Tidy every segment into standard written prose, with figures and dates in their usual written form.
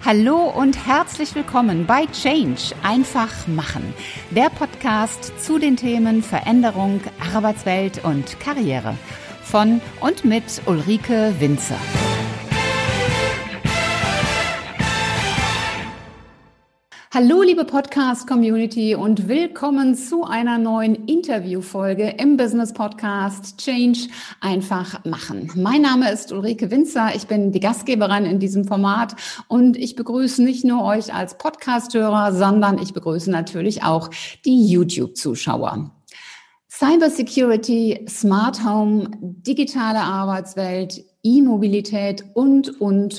Hallo und herzlich willkommen bei Change, einfach machen. Der Podcast zu den Themen Veränderung, Arbeitswelt und Karriere. Von und mit Ulrike Winzer. Hallo liebe Podcast-Community und willkommen zu einer neuen Interviewfolge im Business-Podcast Change einfach machen. Mein Name ist Ulrike Winzer, ich bin die Gastgeberin in diesem Format und ich begrüße nicht nur euch als Podcast-Hörer, sondern ich begrüße natürlich auch die YouTube-Zuschauer. Cybersecurity, Smart Home, digitale Arbeitswelt, E-Mobilität und.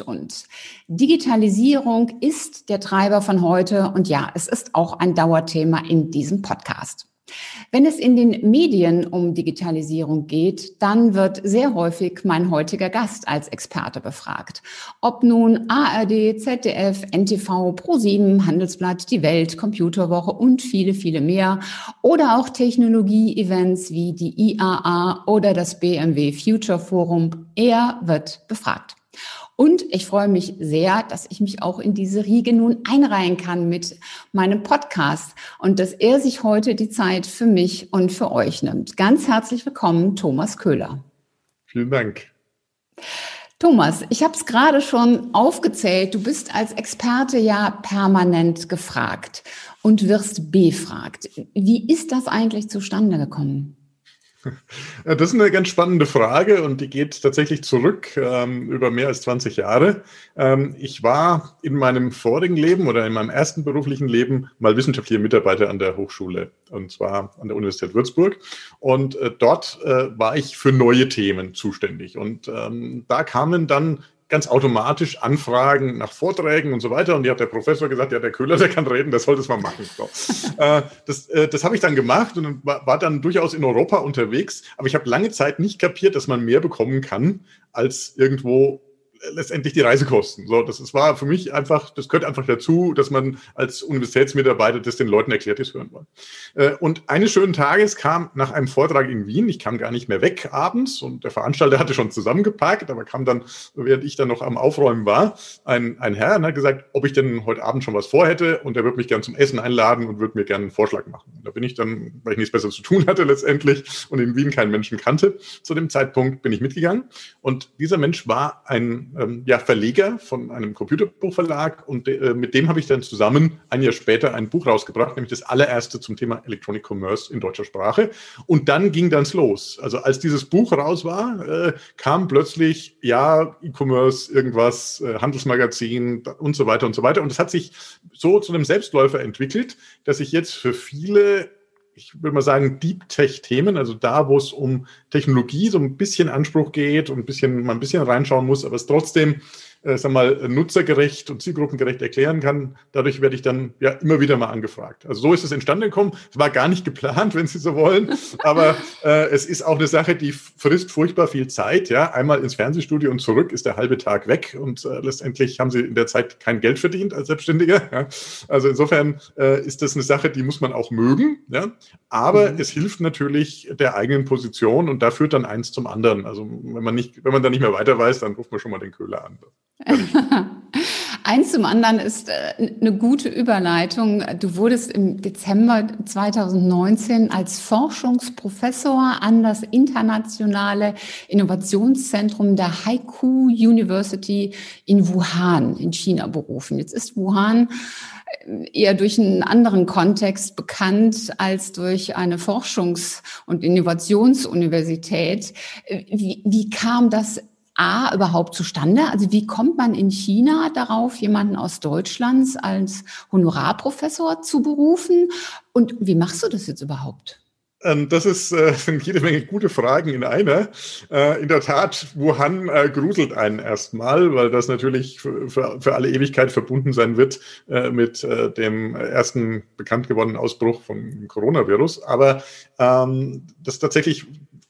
Digitalisierung ist der Treiber von heute und ja, es ist auch ein Dauerthema in diesem Podcast. Wenn es in den Medien um Digitalisierung geht, dann wird sehr häufig mein heutiger Gast als Experte befragt. Ob nun ARD, ZDF, NTV, ProSieben, Handelsblatt, Die Welt, Computerwoche und viele, viele mehr oder auch Technologie-Events wie die IAA oder das BMW Future Forum, er wird befragt. Und ich freue mich sehr, dass ich mich auch in diese Riege nun einreihen kann mit meinem Podcast und dass er sich heute die Zeit für mich und für euch nimmt. Ganz herzlich willkommen, Thomas Köhler. Vielen Dank. Thomas, ich habe es gerade schon aufgezählt. Du bist als Experte ja permanent gefragt und wirst befragt. Wie ist das eigentlich zustande gekommen? Das ist eine ganz spannende Frage und die geht tatsächlich zurück über mehr als 20 Jahre. Ich war in meinem vorigen Leben oder in meinem ersten beruflichen Leben mal wissenschaftlicher Mitarbeiter an der Hochschule, und zwar an der Universität Würzburg. Und dort war ich für neue Themen zuständig. Und da kamen dann ganz automatisch Anfragen nach Vorträgen und so weiter. Und die hat der Professor gesagt, ja, der Köhler, der kann reden, das soll das mal machen. So. Das habe ich dann gemacht und war dann durchaus in Europa unterwegs. Aber ich habe lange Zeit nicht kapiert, dass man mehr bekommen kann, als irgendwo letztendlich die Reisekosten. So, das war für mich einfach, das gehört einfach dazu, dass man als Universitätsmitarbeiter das den Leuten erklärt, die es hören wollen. Und eines schönen Tages kam nach einem Vortrag in Wien, ich kam gar nicht mehr weg abends und der Veranstalter hatte schon zusammengepackt, aber kam dann, während ich dann noch am Aufräumen war, ein Herr und hat gesagt, ob ich denn heute Abend schon was vorhätte und er würde mich gern zum Essen einladen und würde mir gerne einen Vorschlag machen. Und da bin ich dann, weil ich nichts Besseres zu tun hatte letztendlich und in Wien keinen Menschen kannte, zu dem Zeitpunkt bin ich mitgegangen und dieser Mensch war ein Verleger von einem Computerbuchverlag und mit dem habe ich dann zusammen ein Jahr später ein Buch rausgebracht, nämlich das allererste zum Thema Electronic Commerce in deutscher Sprache. Und dann ging das los. Also als dieses Buch raus war, kam plötzlich, ja, E-Commerce, irgendwas, Handelsmagazin und so weiter und so weiter. Und es hat sich so zu einem Selbstläufer entwickelt, dass ich jetzt für viele, ich würde mal sagen, Deep Tech-Themen, also da, wo es um Technologie so ein bisschen Anspruch geht und man ein bisschen reinschauen muss, aber es trotzdem, nutzergerecht und zielgruppengerecht erklären kann. Dadurch werde ich dann ja immer wieder mal angefragt. Also so ist es entstanden gekommen. Es war gar nicht geplant, wenn Sie so wollen, aber es ist auch eine Sache, die frisst furchtbar viel Zeit. Ja, einmal ins Fernsehstudio und zurück ist der halbe Tag weg und letztendlich haben Sie in der Zeit kein Geld verdient als Selbstständiger. Ja. Also insofern ist das eine Sache, die muss man auch mögen. Ja, aber es hilft natürlich der eigenen Position und da führt dann eins zum anderen. Also wenn man da nicht mehr weiter weiß, dann ruft man schon mal den Köhler an. Eins zum anderen ist eine gute Überleitung. Du wurdest im Dezember 2019 als Forschungsprofessor an das internationale Innovationszentrum der Haiku University in Wuhan in China berufen. Jetzt ist Wuhan eher durch einen anderen Kontext bekannt als durch eine Forschungs- und Innovationsuniversität. Wie kam das überhaupt zustande? Also wie kommt man in China darauf, jemanden aus Deutschland als Honorarprofessor zu berufen? Und wie machst du das jetzt überhaupt? Das sind jede Menge gute Fragen in einer. In der Tat, Wuhan gruselt einen erstmal, weil das natürlich für alle Ewigkeit verbunden sein wird mit dem ersten bekannt gewordenen Ausbruch von Coronavirus. Aber das tatsächlich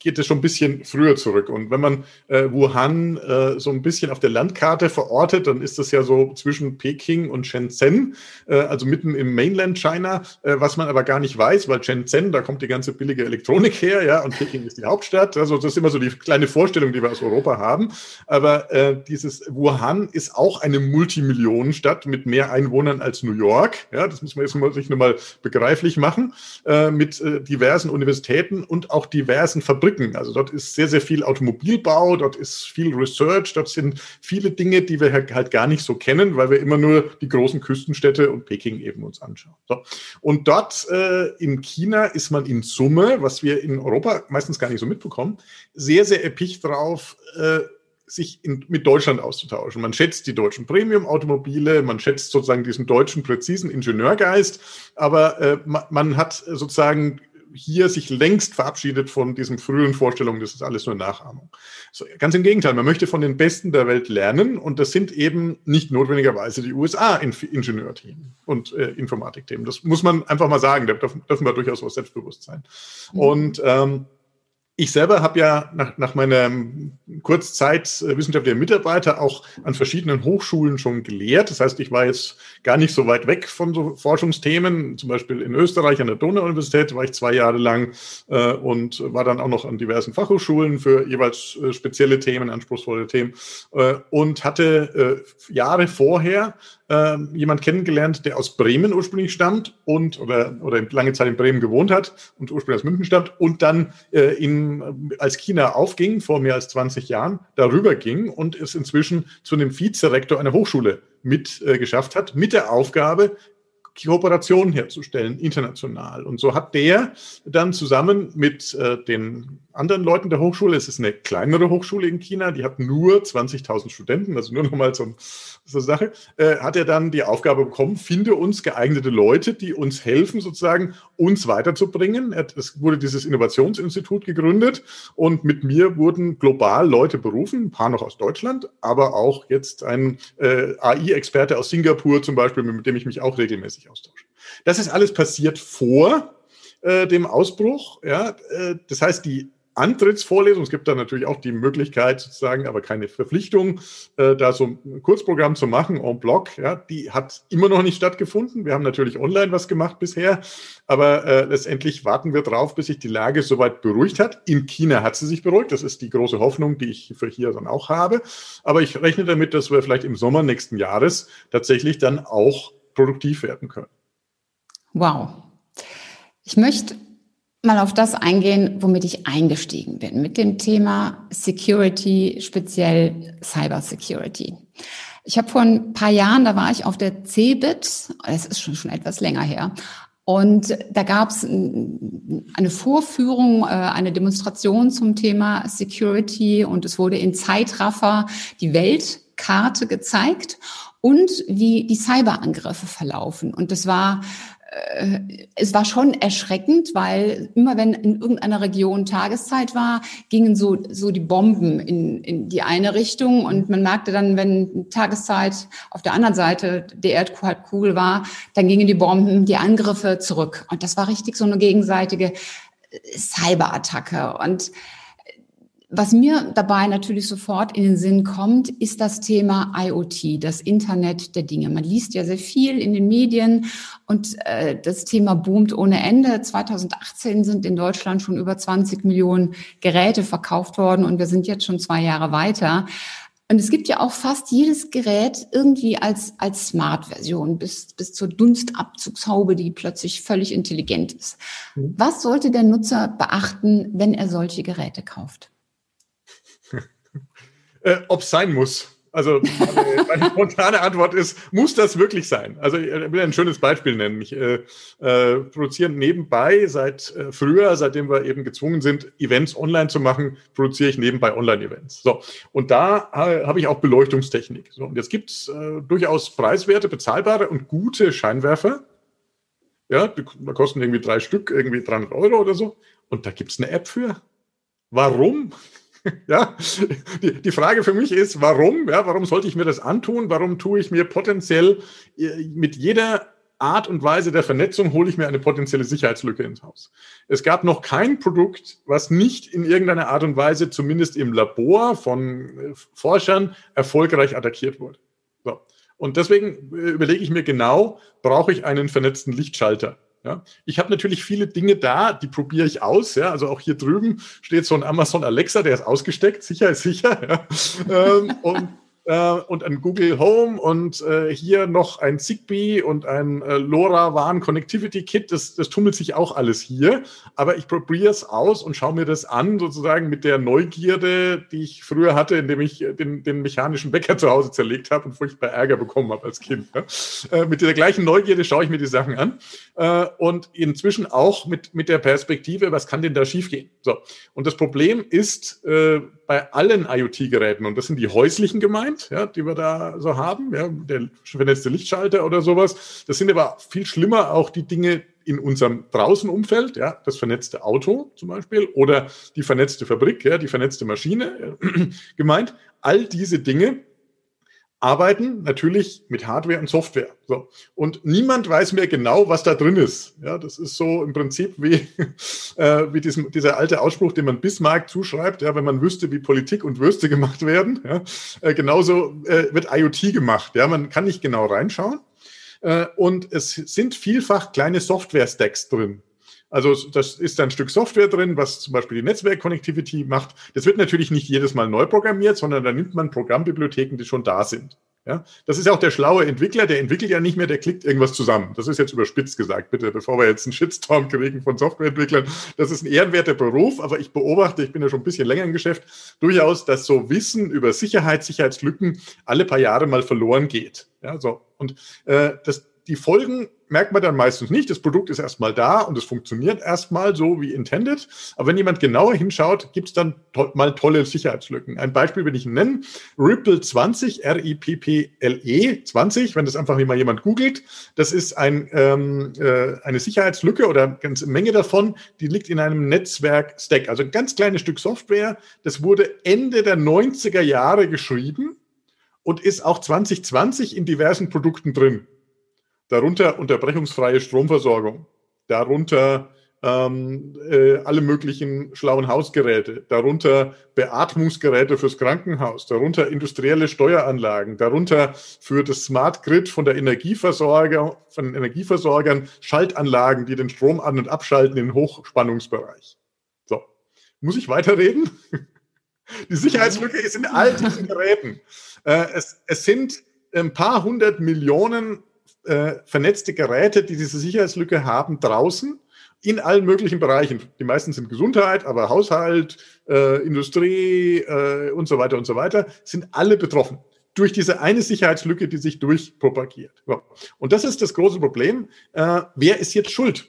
geht es schon ein bisschen früher zurück. Und wenn man Wuhan so ein bisschen auf der Landkarte verortet, dann ist das ja so zwischen Peking und Shenzhen, also mitten im Mainland China, was man aber gar nicht weiß, weil Shenzhen, da kommt die ganze billige Elektronik her, ja, und Peking ist die Hauptstadt. Also das ist immer so die kleine Vorstellung, die wir aus Europa haben. Aber dieses Wuhan ist auch eine Multimillionenstadt mit mehr Einwohnern als New York. Ja, das muss man jetzt sich nur mal begreiflich machen, mit diversen Universitäten und auch diversen Fabriken. Also dort ist sehr, sehr viel Automobilbau, dort ist viel Research, dort sind viele Dinge, die wir halt gar nicht so kennen, weil wir immer nur die großen Küstenstädte und Peking eben uns anschauen. So. Und dort in China ist man in Summe, was wir in Europa meistens gar nicht so mitbekommen, sehr, sehr erpicht drauf, sich mit Deutschland auszutauschen. Man schätzt die deutschen Premium-Automobile, man schätzt sozusagen diesen deutschen präzisen Ingenieurgeist, aber man hat sozusagen hier sich längst verabschiedet von diesen frühen Vorstellungen, das ist alles nur Nachahmung. So, ganz im Gegenteil, man möchte von den Besten der Welt lernen und das sind eben nicht notwendigerweise die USA in Ingenieurthemen und Informatikthemen. Das muss man einfach mal sagen, da dürfen wir durchaus auch selbstbewusst sein. Und ich selber habe ja nach meiner Kurzzeit wissenschaftlicher Mitarbeiter auch an verschiedenen Hochschulen schon gelehrt. Das heißt, ich war jetzt gar nicht so weit weg von so Forschungsthemen. Zum Beispiel in Österreich an der Donau-Universität war ich 2 Jahre lang und war dann auch noch an diversen Fachhochschulen für jeweils spezielle Themen, anspruchsvolle Themen und hatte Jahre vorher jemand kennengelernt, der aus Bremen ursprünglich stammt und oder lange Zeit in Bremen gewohnt hat und ursprünglich aus München stammt und dann als China aufging, vor mehr als 20 Jahren, darüber ging und es inzwischen zu einem Vizerektor einer Hochschule geschafft hat, mit der Aufgabe, Kooperationen herzustellen, international. Und so hat der dann zusammen mit den anderen Leuten der Hochschule, es ist eine kleinere Hochschule in China, die hat nur 20.000 Studenten, also nur nochmal so eine Sache, hat er dann die Aufgabe bekommen, finde uns geeignete Leute, die uns helfen, sozusagen uns weiterzubringen. Es wurde dieses Innovationsinstitut gegründet und mit mir wurden global Leute berufen, ein paar noch aus Deutschland, aber auch jetzt ein AI-Experte aus Singapur zum Beispiel, mit dem ich mich auch regelmäßig austausche. Das ist alles passiert vor dem Ausbruch. Ja? Das heißt, die Antrittsvorlesung, es gibt da natürlich auch die Möglichkeit sozusagen, aber keine Verpflichtung, da so ein Kurzprogramm zu machen, en bloc, ja, die hat immer noch nicht stattgefunden. Wir haben natürlich online was gemacht bisher, aber letztendlich warten wir drauf, bis sich die Lage soweit beruhigt hat. In China hat sie sich beruhigt, das ist die große Hoffnung, die ich für hier dann auch habe. Aber ich rechne damit, dass wir vielleicht im Sommer nächsten Jahres tatsächlich dann auch produktiv werden können. Wow. Ich möchte mal auf das eingehen, womit ich eingestiegen bin, mit dem Thema Security, speziell Cyber Security. Ich habe vor ein paar Jahren, da war ich auf der CeBIT, das ist schon etwas länger her, und da gab es eine Vorführung, eine Demonstration zum Thema Security und es wurde in Zeitraffer die Weltkarte gezeigt und wie die Cyberangriffe verlaufen. Und es war schon erschreckend, weil immer wenn in irgendeiner Region Tageszeit war, gingen so die Bomben in die eine Richtung und man merkte dann, wenn Tageszeit auf der anderen Seite der Erdkugel war, dann gingen die Bomben, die Angriffe zurück. Und das war richtig so eine gegenseitige Cyberattacke. Und was mir dabei natürlich sofort in den Sinn kommt, ist das Thema IoT, das Internet der Dinge. Man liest ja sehr viel in den Medien und das Thema boomt ohne Ende. 2018 sind in Deutschland schon über 20 Millionen Geräte verkauft worden und wir sind jetzt schon 2 Jahre weiter. Und es gibt ja auch fast jedes Gerät irgendwie als Smart-Version bis zur Dunstabzugshaube, die plötzlich völlig intelligent ist. Was sollte der Nutzer beachten, wenn er solche Geräte kauft? Ob es sein muss. Also meine spontane Antwort ist, muss das wirklich sein? Also ich will ein schönes Beispiel nennen. Ich produziere nebenbei seitdem wir eben gezwungen sind, Events online zu machen, produziere ich nebenbei Online-Events. So, und da habe ich auch Beleuchtungstechnik. So, und jetzt gibt es durchaus preiswerte, bezahlbare und gute Scheinwerfer. Ja, die kosten irgendwie 3 Stück, irgendwie 300 € oder so. Und da gibt es eine App für. Warum? Ja, die Frage für mich ist, warum? Ja, warum sollte ich mir das antun? Warum tue ich mir potenziell mit jeder Art und Weise der Vernetzung hole ich mir eine potenzielle Sicherheitslücke ins Haus. Es gab noch kein Produkt, was nicht in irgendeiner Art und Weise, zumindest im Labor von Forschern, erfolgreich attackiert wurde. So. Und deswegen überlege ich mir genau, brauche ich einen vernetzten Lichtschalter? Ja, ich habe natürlich viele Dinge da, die probiere ich aus. Ja, also auch hier drüben steht so ein Amazon Alexa, der ist ausgesteckt, sicher ist sicher. Ja. Und ein Google Home und hier noch ein Zigbee und ein LoRaWAN Connectivity Kit. Das tummelt sich auch alles hier. Aber ich probiere es aus und schaue mir das an, sozusagen mit der Neugierde, die ich früher hatte, indem ich den mechanischen Wecker zu Hause zerlegt habe und furchtbar Ärger bekommen habe als Kind. Ja. Mit dieser gleichen Neugierde schaue ich mir die Sachen an. Und inzwischen auch mit der Perspektive, was kann denn da schiefgehen? So. Und das Problem ist bei allen IoT-Geräten, und das sind die häuslichen gemeint, ja, die wir da so haben, ja, der vernetzte Lichtschalter oder sowas. Das sind aber viel schlimmer auch die Dinge in unserem Draußenumfeld, ja, das vernetzte Auto zum Beispiel oder die vernetzte Fabrik, ja, die vernetzte Maschine gemeint. All diese Dinge arbeiten natürlich mit Hardware und Software. So. Und niemand weiß mehr genau, was da drin ist. Ja, das ist so im Prinzip wie dieser alte Ausspruch, den man Bismarck zuschreibt, ja, wenn man wüsste, wie Politik und Würste gemacht werden. Ja, genauso wird IoT gemacht. Ja, man kann nicht genau reinschauen. Und es sind vielfach kleine Software-Stacks drin. Also das ist ein Stück Software drin, was zum Beispiel die Netzwerk-Connectivity macht. Das wird natürlich nicht jedes Mal neu programmiert, sondern da nimmt man Programmbibliotheken, die schon da sind. Ja, das ist ja auch der schlaue Entwickler, der entwickelt ja nicht mehr, der klickt irgendwas zusammen. Das ist jetzt überspitzt gesagt, bitte, bevor wir jetzt einen Shitstorm kriegen von Softwareentwicklern. Das ist ein ehrenwerter Beruf, aber ich beobachte, ich bin ja schon ein bisschen länger im Geschäft, durchaus, dass so Wissen über Sicherheit, Sicherheitslücken alle paar Jahre mal verloren geht. Ja, so. Und die Folgen merkt man dann meistens nicht. Das Produkt ist erstmal da und es funktioniert erstmal so wie intended. Aber wenn jemand genauer hinschaut, gibt es dann mal tolle Sicherheitslücken. Ein Beispiel will ich nennen. Ripple 20, R-I-P-P-L-E 20, wenn das einfach mal jemand googelt. Das ist eine Sicherheitslücke oder eine ganze Menge davon, die liegt in einem Netzwerk-Stack. Also ein ganz kleines Stück Software. Das wurde Ende der 90er Jahre geschrieben und ist auch 2020 in diversen Produkten drin. Darunter unterbrechungsfreie Stromversorgung, darunter alle möglichen schlauen Hausgeräte, darunter Beatmungsgeräte fürs Krankenhaus, darunter industrielle Steueranlagen, darunter für das Smart Grid von den Energieversorgern Schaltanlagen, die den Strom an- und abschalten in Hochspannungsbereich. So, muss ich weiterreden? Die Sicherheitslücke ist in all diesen Geräten. Es sind ein paar hundert Millionen vernetzte Geräte, die diese Sicherheitslücke haben, draußen in allen möglichen Bereichen. Die meisten sind Gesundheit, aber Haushalt, Industrie und so weiter, sind alle betroffen durch diese eine Sicherheitslücke, die sich durchpropagiert. So. Und das ist das große Problem. Wer ist jetzt schuld,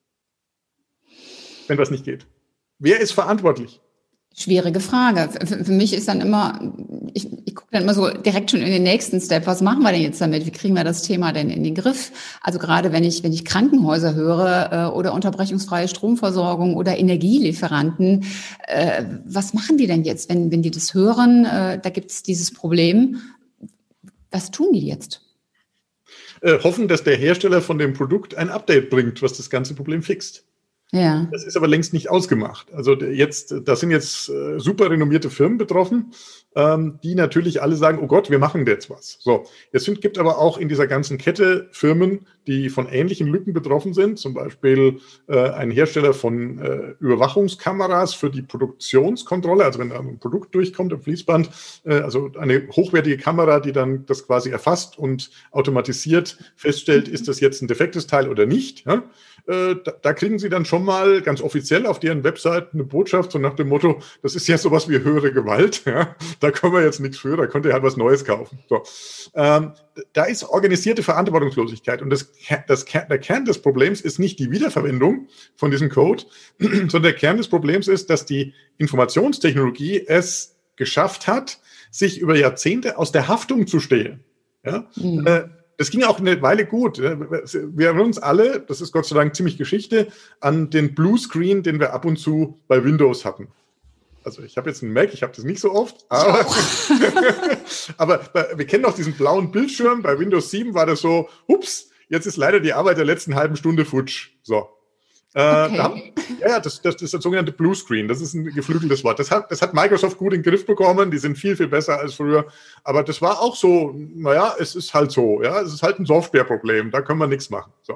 wenn das nicht geht? Wer ist verantwortlich? Schwierige Frage. Für mich ist dann immer, ich gucke dann immer so direkt schon in den nächsten Step. Was machen wir denn jetzt damit? Wie kriegen wir das Thema denn in den Griff? Also gerade wenn ich Krankenhäuser höre oder unterbrechungsfreie Stromversorgung oder Energielieferanten, was machen die denn jetzt, wenn die das hören? Da gibt es dieses Problem. Was tun die jetzt? Hoffen, dass der Hersteller von dem Produkt ein Update bringt, was das ganze Problem fixt. Ja. Das ist aber längst nicht ausgemacht. Also da sind jetzt super renommierte Firmen betroffen, die natürlich alle sagen, oh Gott, wir machen jetzt was. So, gibt aber auch in dieser ganzen Kette Firmen, die von ähnlichen Lücken betroffen sind. Zum Beispiel ein Hersteller von Überwachungskameras für die Produktionskontrolle. Also wenn da ein Produkt durchkommt am Fließband, also eine hochwertige Kamera, die dann das quasi erfasst und automatisiert feststellt, ist das jetzt ein defektes Teil oder nicht. Ja? Da kriegen Sie dann schon mal ganz offiziell auf deren Website eine Botschaft so nach dem Motto, das ist ja sowas wie höhere Gewalt, ja? Da können wir jetzt nichts für, da könnt ihr halt was Neues kaufen. So. Da ist organisierte Verantwortungslosigkeit und der Kern des Problems ist nicht die Wiederverwendung von diesem Code, sondern der Kern des Problems ist, dass die Informationstechnologie es geschafft hat, sich über Jahrzehnte aus der Haftung zu stehlen. Ja? Das ging auch eine Weile gut. Wir erinnern uns alle, das ist Gott sei Dank ziemlich Geschichte, an den Bluescreen, den wir ab und zu bei Windows hatten. Also ich habe jetzt einen Mac, ich habe das nicht so oft, aber wir kennen noch diesen blauen Bildschirm. Bei Windows 7 war das so, ups, jetzt ist leider die Arbeit der letzten halben Stunde futsch. So. Okay. Das ist das sogenannte Bluescreen. Das ist ein geflügeltes Wort. Das hat Microsoft gut in den Griff bekommen. Die sind viel, viel besser als früher. Aber das war auch so, naja, es ist halt so. Ja, es ist halt ein Softwareproblem. Da können wir nichts machen. So.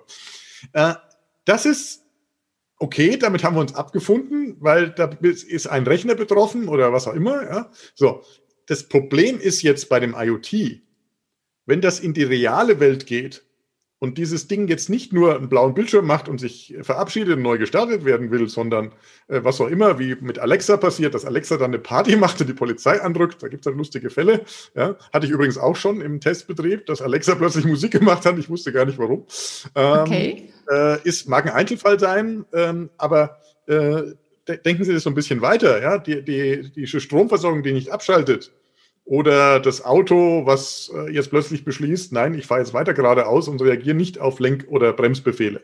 Das ist okay, damit haben wir uns abgefunden, weil da ist ein Rechner betroffen oder was auch immer. Ja. So. Das Problem ist jetzt bei dem IoT, wenn das in die reale Welt geht, und dieses Ding jetzt nicht nur einen blauen Bildschirm macht und sich verabschiedet und neu gestartet werden will, sondern was auch immer, wie mit Alexa passiert, dass Alexa dann eine Party macht und die Polizei andrückt, da gibt es dann lustige Fälle. Ja, hatte ich übrigens auch schon im Testbetrieb, dass Alexa plötzlich Musik gemacht hat, ich wusste gar nicht warum. Okay. Mag ein Einzelfall sein, aber denken Sie das so ein bisschen weiter. Ja? Die Stromversorgung, die nicht abschaltet, oder das Auto, was jetzt plötzlich beschließt, nein, ich fahre jetzt weiter geradeaus und reagiere nicht auf Lenk- oder Bremsbefehle.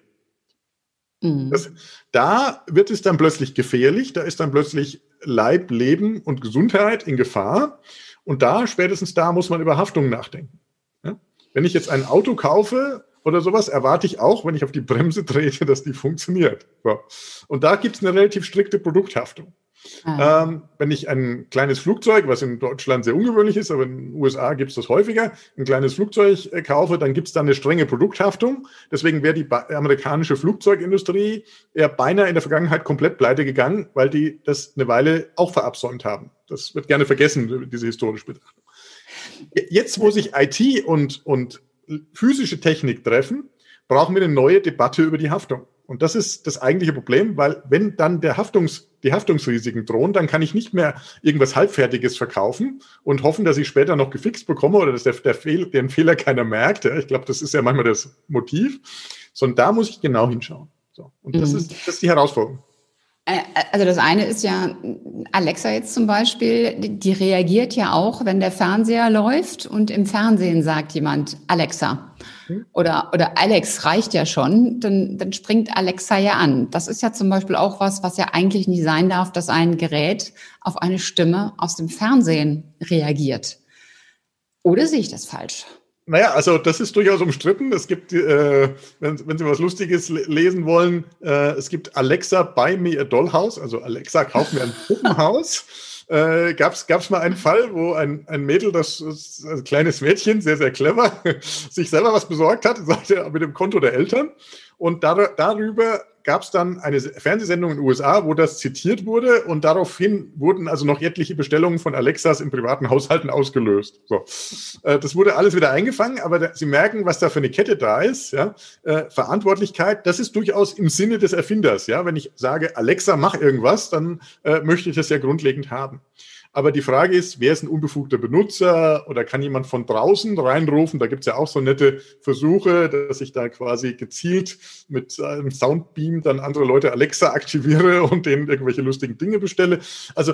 Mhm. Da wird es dann plötzlich gefährlich, da ist dann plötzlich Leib, Leben und Gesundheit in Gefahr. Und spätestens da muss man über Haftung nachdenken. Ja? Wenn ich jetzt ein Auto kaufe oder sowas, erwarte ich auch, wenn ich auf die Bremse trete, dass die funktioniert. So. Und da gibt es eine relativ strikte Produkthaftung. Wenn ich ein kleines Flugzeug, was in Deutschland sehr ungewöhnlich ist, aber in den USA gibt es das häufiger, ein kleines Flugzeug kaufe, dann gibt es da eine strenge Produkthaftung. Deswegen wäre die amerikanische Flugzeugindustrie eher beinahe in der Vergangenheit komplett pleite gegangen, weil die das eine Weile auch verabsäumt haben. Das wird gerne vergessen, diese historische Betrachtung. Jetzt, wo sich IT und physische Technik treffen, brauchen wir eine neue Debatte über die Haftung. Und das ist das eigentliche Problem, weil wenn dann die Haftungsrisiken drohen, dann kann ich nicht mehr irgendwas Halbfertiges verkaufen und hoffen, dass ich später noch gefixt bekomme oder dass den Fehler keiner merkt. Ja, ich glaube, das ist ja manchmal das Motiv. Sondern da muss ich genau hinschauen. So. Und das ist die Herausforderung. Also das eine ist ja, Alexa jetzt zum Beispiel, die reagiert ja auch, wenn der Fernseher läuft und im Fernsehen sagt jemand Alexa. Oder Alex reicht ja schon, dann springt Alexa ja an. Das ist ja zum Beispiel auch was ja eigentlich nicht sein darf, dass ein Gerät auf eine Stimme aus dem Fernsehen reagiert. Oder sehe ich das falsch? Naja, also das ist durchaus umstritten. Es gibt, wenn Sie was Lustiges lesen wollen, es gibt Alexa, buy me a dollhouse, also Alexa, kauf mir ein Puppenhaus. Gab's mal einen Fall, wo ein Mädel, das ist ein kleines Mädchen, sehr, sehr clever, sich selber was besorgt hat, sagte mit dem Konto der Eltern. Und darüber gab es dann eine Fernsehsendung in den USA, wo das zitiert wurde und daraufhin wurden also noch etliche Bestellungen von Alexas in privaten Haushalten ausgelöst. So. Das wurde alles wieder eingefangen, aber Sie merken, was da für eine Kette da ist. Ja? Verantwortlichkeit, das ist durchaus im Sinne des Erfinders. Ja? Wenn ich sage, Alexa, mach irgendwas, dann möchte ich das ja grundlegend haben. Aber die Frage ist, wer ist ein unbefugter Benutzer oder kann jemand von draußen reinrufen? Da gibt es ja auch so nette Versuche, dass ich da quasi gezielt mit einem Soundbeam dann andere Leute Alexa aktiviere und denen irgendwelche lustigen Dinge bestelle. Also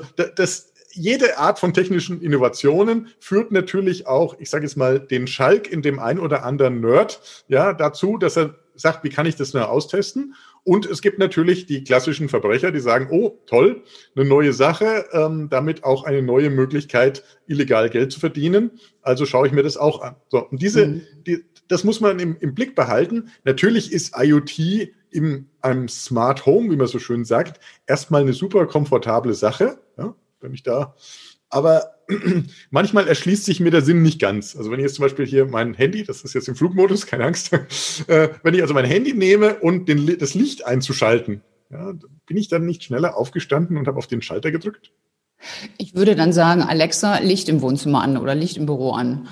jede Art von technischen Innovationen führt natürlich auch, ich sage jetzt mal, den Schalk in dem ein oder anderen Nerd ja, dazu, dass er sagt, wie kann ich das nur austesten? Und es gibt natürlich die klassischen Verbrecher, die sagen, oh, toll, eine neue Sache, damit auch eine neue Möglichkeit, illegal Geld zu verdienen. Also schaue ich mir das auch an. So, und das muss man im Blick behalten. Natürlich ist IoT in einem Smart Home, wie man so schön sagt, erstmal eine super komfortable Sache, ja, wenn ich da. Aber manchmal erschließt sich mir der Sinn nicht ganz. Also wenn ich jetzt zum Beispiel hier mein Handy, das ist jetzt im Flugmodus, keine Angst, wenn ich also mein Handy nehme und das Licht einzuschalten, ja, bin ich dann nicht schneller aufgestanden und habe auf den Schalter gedrückt? Ich würde dann sagen, Alexa, Licht im Wohnzimmer an oder Licht im Büro an.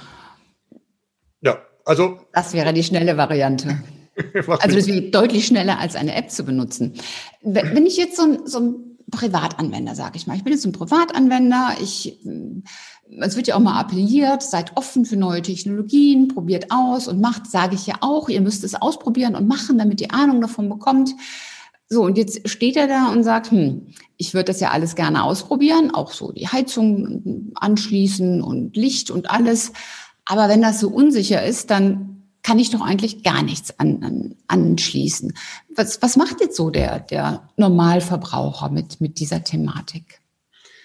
Ja, also. Das wäre die schnelle Variante. Also das wäre deutlich schneller, als eine App zu benutzen. Wenn ich jetzt so ein Privatanwender, sage ich mal. Ich bin jetzt ein Privatanwender. Es wird ja auch mal appelliert, seid offen für neue Technologien, probiert aus und macht, sage ich ja auch. Ihr müsst es ausprobieren und machen, damit ihr Ahnung davon bekommt. So, und jetzt steht er da und sagt, ich würde das ja alles gerne ausprobieren, auch so die Heizung anschließen und Licht und alles. Aber wenn das so unsicher ist, dann kann ich doch eigentlich gar nichts anschließen. Was macht jetzt so der Normalverbraucher mit dieser Thematik?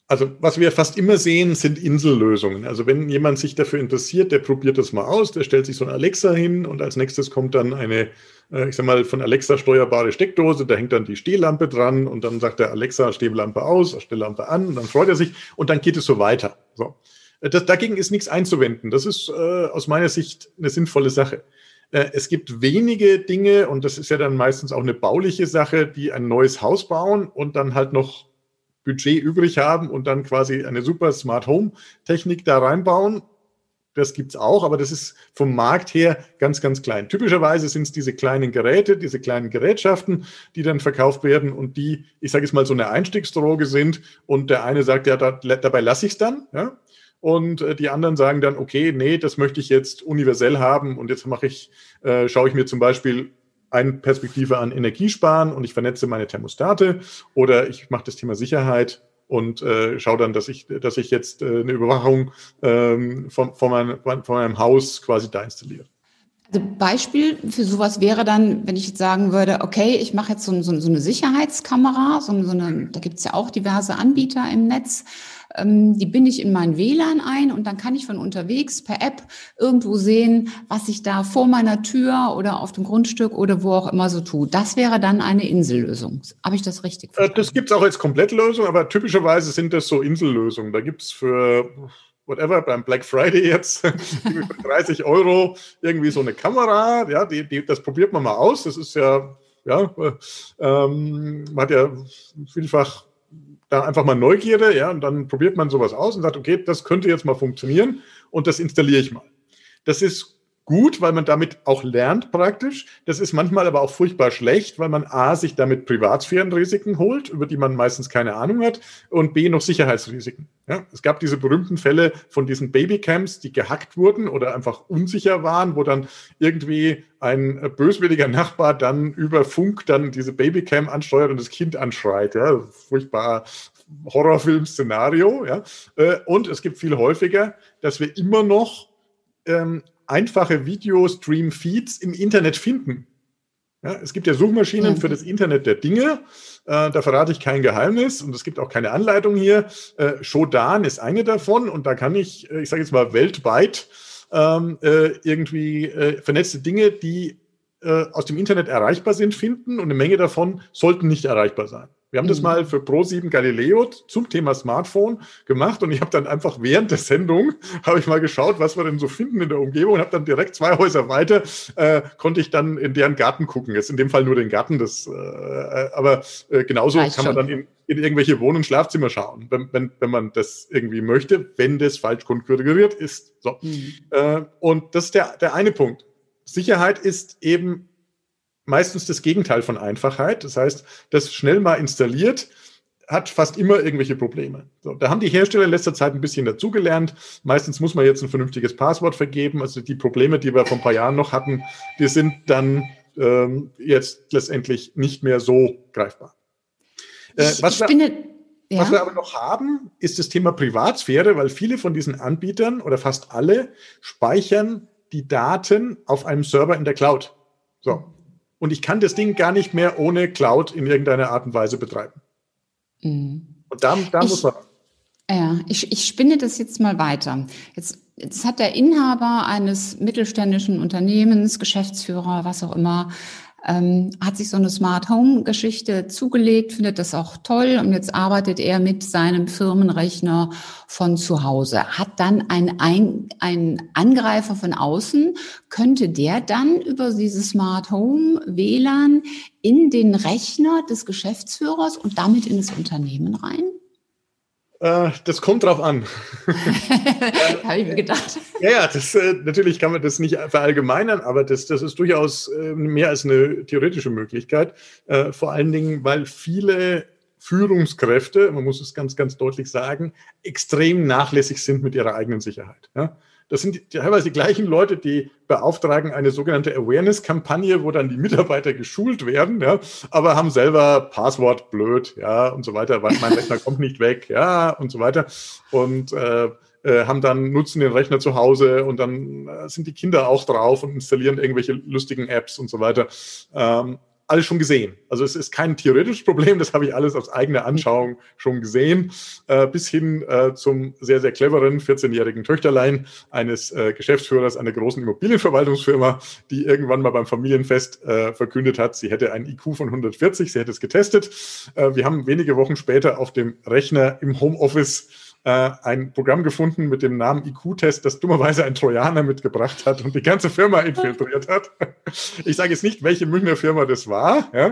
Also was wir fast immer sehen, sind Insellösungen. Also wenn jemand sich dafür interessiert, der probiert das mal aus, der stellt sich so ein Alexa hin und als nächstes kommt dann eine, ich sag mal, von Alexa steuerbare Steckdose, da hängt dann die Stehlampe dran und dann sagt der Alexa, Stehlampe aus, Stehlampe an und dann freut er sich und dann geht es so weiter. So. Dagegen ist nichts einzuwenden. Das ist aus meiner Sicht eine sinnvolle Sache. Es gibt wenige Dinge, und das ist ja dann meistens auch eine bauliche Sache, die ein neues Haus bauen und dann halt noch Budget übrig haben und dann quasi eine super Smart Home Technik da reinbauen. Das gibt es auch, aber das ist vom Markt her ganz, ganz klein. Typischerweise sind es diese kleinen Geräte, diese kleinen Gerätschaften, die dann verkauft werden und die, ich sage jetzt mal, so eine Einstiegsdroge sind und der eine sagt, ja, dabei lasse ich es dann, ja. Und die anderen sagen dann, okay, nee, das möchte ich jetzt universell haben und jetzt schaue ich mir zum Beispiel eine Perspektive an Energiesparen und ich vernetze meine Thermostate oder ich mache das Thema Sicherheit und schaue dann, dass ich jetzt eine Überwachung von meinem Haus quasi da installiere. Also Beispiel für sowas wäre dann, wenn ich jetzt sagen würde, okay, ich mache jetzt so eine Sicherheitskamera, da gibt es ja auch diverse Anbieter im Netz, die binde ich in mein WLAN ein und dann kann ich von unterwegs per App irgendwo sehen, was ich da vor meiner Tür oder auf dem Grundstück oder wo auch immer so tue. Das wäre dann eine Insellösung. Habe ich das richtig verstanden? Das gibt es auch als Komplettlösung, aber typischerweise sind das so Insellösungen. Da gibt es für whatever, beim Black Friday jetzt, für 30 € irgendwie so eine Kamera, ja, das probiert man mal aus. Das ist man hat ja vielfach da einfach mal Neugierde, ja, und dann probiert man sowas aus und sagt, okay, das könnte jetzt mal funktionieren und das installiere ich mal. Das ist gut, weil man damit auch lernt praktisch. Das ist manchmal aber auch furchtbar schlecht, weil man A, sich damit Privatsphärenrisiken holt, über die man meistens keine Ahnung hat, und B, noch Sicherheitsrisiken. Ja, es gab diese berühmten Fälle von diesen Babycams, die gehackt wurden oder einfach unsicher waren, wo dann irgendwie ein böswilliger Nachbar dann über Funk dann diese Babycam ansteuert und das Kind anschreit. Ja, furchtbar Horrorfilm-Szenario. Ja. Und es gibt viel häufiger, dass wir immer noch einfache Video-Stream-Feeds im Internet finden. Ja, es gibt ja Suchmaschinen für das Internet der Dinge. Da verrate ich kein Geheimnis und es gibt auch keine Anleitung hier. Shodan ist eine davon und da kann ich sage jetzt mal weltweit irgendwie vernetzte Dinge, die aus dem Internet erreichbar sind, finden und eine Menge davon sollten nicht erreichbar sein. Wir haben das mal für Pro7 Galileo zum Thema Smartphone gemacht und ich habe dann einfach während der Sendung, habe ich mal geschaut, was wir denn so finden in der Umgebung und habe dann direkt 2 Häuser weiter, konnte ich dann in deren Garten gucken. Jetzt in dem Fall nur den Garten, aber genauso kann man dann in irgendwelche Wohn- und Schlafzimmer schauen, wenn man das irgendwie möchte, wenn das falsch konfiguriert ist. So. Und das ist der eine Punkt. Sicherheit ist eben meistens das Gegenteil von Einfachheit. Das heißt, das schnell mal installiert, hat fast immer irgendwelche Probleme. So, da haben die Hersteller in letzter Zeit ein bisschen dazugelernt. Meistens muss man jetzt ein vernünftiges Passwort vergeben. Also die Probleme, die wir vor ein paar Jahren noch hatten, die sind dann jetzt letztendlich nicht mehr so greifbar. Was wir aber noch haben, ist das Thema Privatsphäre, weil viele von diesen Anbietern oder fast alle speichern die Daten auf einem Server in der Cloud. So. Und ich kann das Ding gar nicht mehr ohne Cloud in irgendeiner Art und Weise betreiben. Und da muss man. Ja, ich spinne das jetzt mal weiter. Jetzt hat der Inhaber eines mittelständischen Unternehmens, Geschäftsführer, was auch immer, hat sich so eine Smart Home Geschichte zugelegt, findet das auch toll und jetzt arbeitet er mit seinem Firmenrechner von zu Hause. Hat dann ein Angreifer von außen, könnte der dann über dieses Smart Home WLAN in den Rechner des Geschäftsführers und damit in das Unternehmen rein? Das kommt drauf an. Habe ich mir gedacht. Ja, natürlich kann man das nicht verallgemeinern, aber das ist durchaus mehr als eine theoretische Möglichkeit. Vor allen Dingen, weil viele Führungskräfte, man muss es ganz, ganz deutlich sagen, extrem nachlässig sind mit ihrer eigenen Sicherheit. Ja? Das sind teilweise die gleichen Leute, die beauftragen eine sogenannte Awareness-Kampagne, wo dann die Mitarbeiter geschult werden, ja, aber haben selber Passwort blöd, ja, und so weiter, weil mein Rechner kommt nicht weg, ja, und so weiter. Und nutzen den Rechner zu Hause und dann sind die Kinder auch drauf und installieren irgendwelche lustigen Apps und so weiter. alles schon gesehen. Also es ist kein theoretisches Problem, das habe ich alles aus eigener Anschauung schon gesehen, bis hin zum sehr, sehr cleveren 14-jährigen Töchterlein eines Geschäftsführers einer großen Immobilienverwaltungsfirma, die irgendwann mal beim Familienfest verkündet hat, sie hätte einen IQ von 140, sie hätte es getestet. Wir haben wenige Wochen später auf dem Rechner im Homeoffice ein Programm gefunden mit dem Namen IQ-Test, das dummerweise ein Trojaner mitgebracht hat und die ganze Firma infiltriert hat. Ich sage jetzt nicht, welche Münchner Firma das war. Ja?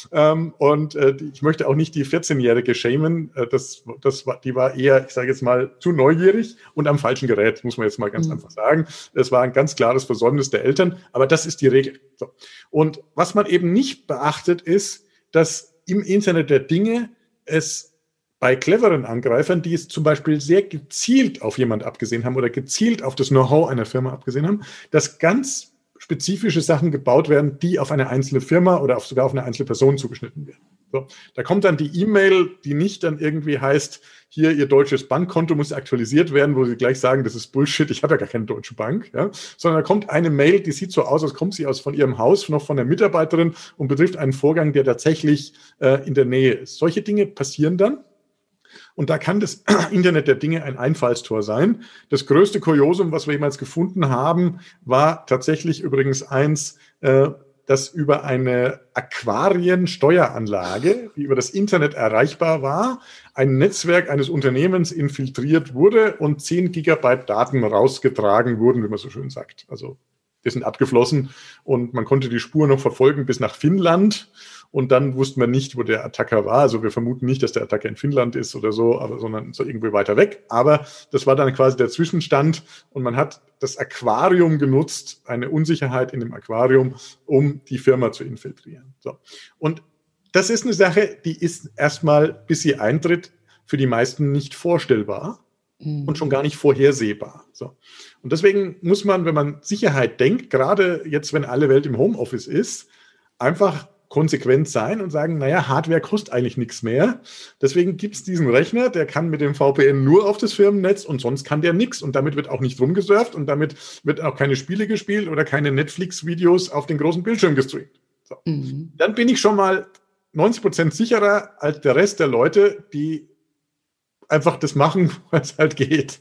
Ich möchte auch nicht die 14-Jährige schämen. Die war eher, ich sage jetzt mal, zu neugierig und am falschen Gerät, muss man jetzt mal ganz einfach sagen. Es war ein ganz klares Versäumnis der Eltern, aber das ist die Regel. So. Und was man eben nicht beachtet, ist, dass im Internet der Dinge es bei cleveren Angreifern, die es zum Beispiel sehr gezielt auf jemand abgesehen haben oder gezielt auf das Know-how einer Firma abgesehen haben, dass ganz spezifische Sachen gebaut werden, die auf eine einzelne Firma oder sogar auf eine einzelne Person zugeschnitten werden. So, da kommt dann die E-Mail, die nicht dann irgendwie heißt, hier, Ihr deutsches Bankkonto muss aktualisiert werden, wo Sie gleich sagen, das ist Bullshit, ich habe ja gar keine deutsche Bank. Ja? Sondern da kommt eine Mail, die sieht so aus, als kommt sie von Ihrem Haus, noch von der Mitarbeiterin und betrifft einen Vorgang, der tatsächlich in der Nähe ist. Solche Dinge passieren dann. Und da kann das Internet der Dinge ein Einfallstor sein. Das größte Kuriosum, was wir jemals gefunden haben, war tatsächlich übrigens eins, das über eine Aquariensteueranlage, die über das Internet erreichbar war, ein Netzwerk eines Unternehmens infiltriert wurde und 10 Gigabyte Daten rausgetragen wurden, wie man so schön sagt. Also die sind abgeflossen und man konnte die Spur noch verfolgen bis nach Finnland. Und dann wusste man nicht, wo der Attacker war. Also wir vermuten nicht, dass der Attacker in Finnland ist oder so, sondern so irgendwie weiter weg. Aber das war dann quasi der Zwischenstand und man hat das Aquarium genutzt, eine Unsicherheit in dem Aquarium, um die Firma zu infiltrieren. So. Und das ist eine Sache, die ist erstmal, bis sie eintritt, für die meisten nicht vorstellbar und schon gar nicht vorhersehbar. So. Und deswegen muss man, wenn man Sicherheit denkt, gerade jetzt, wenn alle Welt im Homeoffice ist, einfach konsequent sein und sagen, naja, Hardware kostet eigentlich nichts mehr. Deswegen gibt es diesen Rechner, der kann mit dem VPN nur auf das Firmennetz und sonst kann der nichts. Und damit wird auch nicht rumgesurft und damit wird auch keine Spiele gespielt oder keine Netflix-Videos auf den großen Bildschirm gestreamt. So. Dann bin ich schon mal 90% sicherer als der Rest der Leute, die einfach das machen, was halt geht.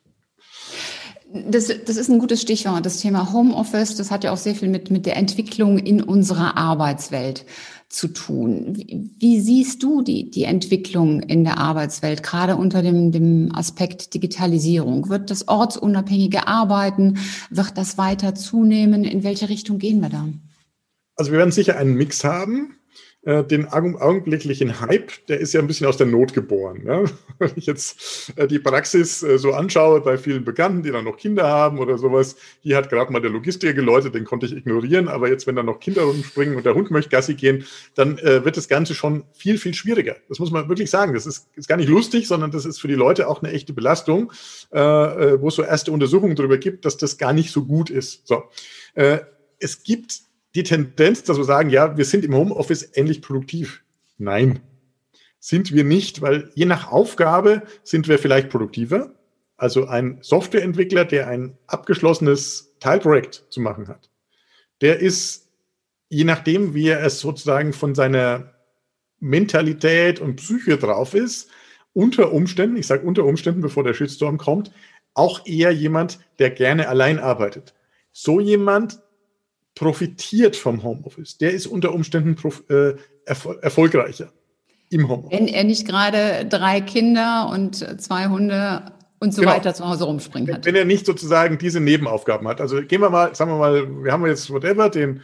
Das ist ein gutes Stichwort, das Thema Homeoffice. Das hat ja auch sehr viel mit der Entwicklung in unserer Arbeitswelt zu tun. Wie siehst du die Entwicklung in der Arbeitswelt, gerade unter dem Aspekt Digitalisierung? Wird das ortsunabhängige Arbeiten, wird das weiter zunehmen? In welche Richtung gehen wir da? Also wir werden sicher einen Mix haben. Den augenblicklichen Hype, der ist ja ein bisschen aus der Not geboren. Ne? Wenn ich jetzt die Praxis so anschaue bei vielen Bekannten, die dann noch Kinder haben oder sowas, hier hat gerade mal der Logistiker geläutet, den konnte ich ignorieren, aber jetzt, wenn dann noch Kinder rumspringen und der Hund möchte Gassi gehen, dann wird das Ganze schon viel, viel schwieriger. Das muss man wirklich sagen. Das ist gar nicht lustig, sondern das ist für die Leute auch eine echte Belastung, wo es so erste Untersuchungen darüber gibt, dass das gar nicht so gut ist. So. Es gibt die Tendenz, dass wir sagen, ja, wir sind im Homeoffice ähnlich produktiv. Nein, sind wir nicht, weil je nach Aufgabe sind wir vielleicht produktiver. Also ein Softwareentwickler, der ein abgeschlossenes Teilprojekt zu machen hat, der ist, je nachdem, wie er es sozusagen von seiner Mentalität und Psyche drauf ist, unter Umständen, ich sage unter Umständen, bevor der Shitstorm kommt, auch eher jemand, der gerne allein arbeitet. So jemand profitiert vom Homeoffice. Der ist unter Umständen erfolgreicher im Homeoffice. Wenn er nicht gerade 3 Kinder und 2 Hunde und so weiter zu Hause rumspringen hat. Wenn er nicht sozusagen diese Nebenaufgaben hat. Also gehen wir mal, sagen wir mal, wir haben jetzt whatever, den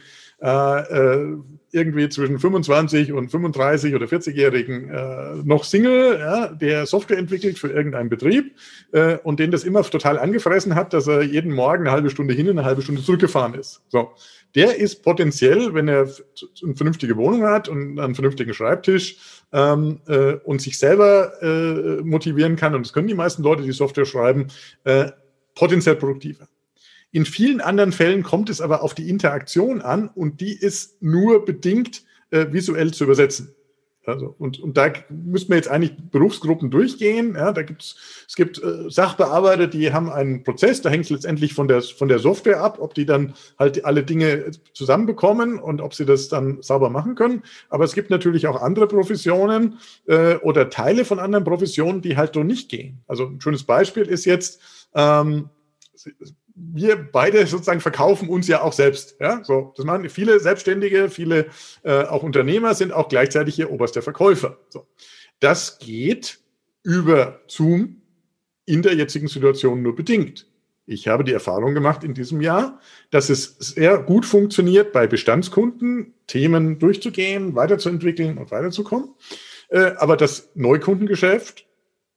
irgendwie zwischen 25 und 35 oder 40-Jährigen noch Single, ja, der Software entwickelt für irgendeinen Betrieb und den das immer total angefressen hat, dass er jeden Morgen eine halbe Stunde hin und eine halbe Stunde zurückgefahren ist. So. Der ist potenziell, wenn er eine vernünftige Wohnung hat und einen vernünftigen Schreibtisch und sich selber motivieren kann, und das können die meisten Leute, die Software schreiben, potenziell produktiver. In vielen anderen Fällen kommt es aber auf die Interaktion an und die ist nur bedingt visuell zu übersetzen. Also, und da müssen wir jetzt eigentlich Berufsgruppen durchgehen. Ja, es gibt Sachbearbeiter, die haben einen Prozess, da hängt es letztendlich von der Software ab, ob die dann halt alle Dinge zusammenbekommen und ob sie das dann sauber machen können. Aber es gibt natürlich auch andere Professionen oder Teile von anderen Professionen, die halt so nicht gehen. Also ein schönes Beispiel ist jetzt, wir beide sozusagen verkaufen uns ja auch selbst. Ja? So, das machen viele Selbstständige, viele auch Unternehmer sind auch gleichzeitig ihr oberster Verkäufer. So. Das geht über Zoom in der jetzigen Situation nur bedingt. Ich habe die Erfahrung gemacht in diesem Jahr, dass es sehr gut funktioniert, bei Bestandskunden Themen durchzugehen, weiterzuentwickeln und weiterzukommen. Aber das Neukundengeschäft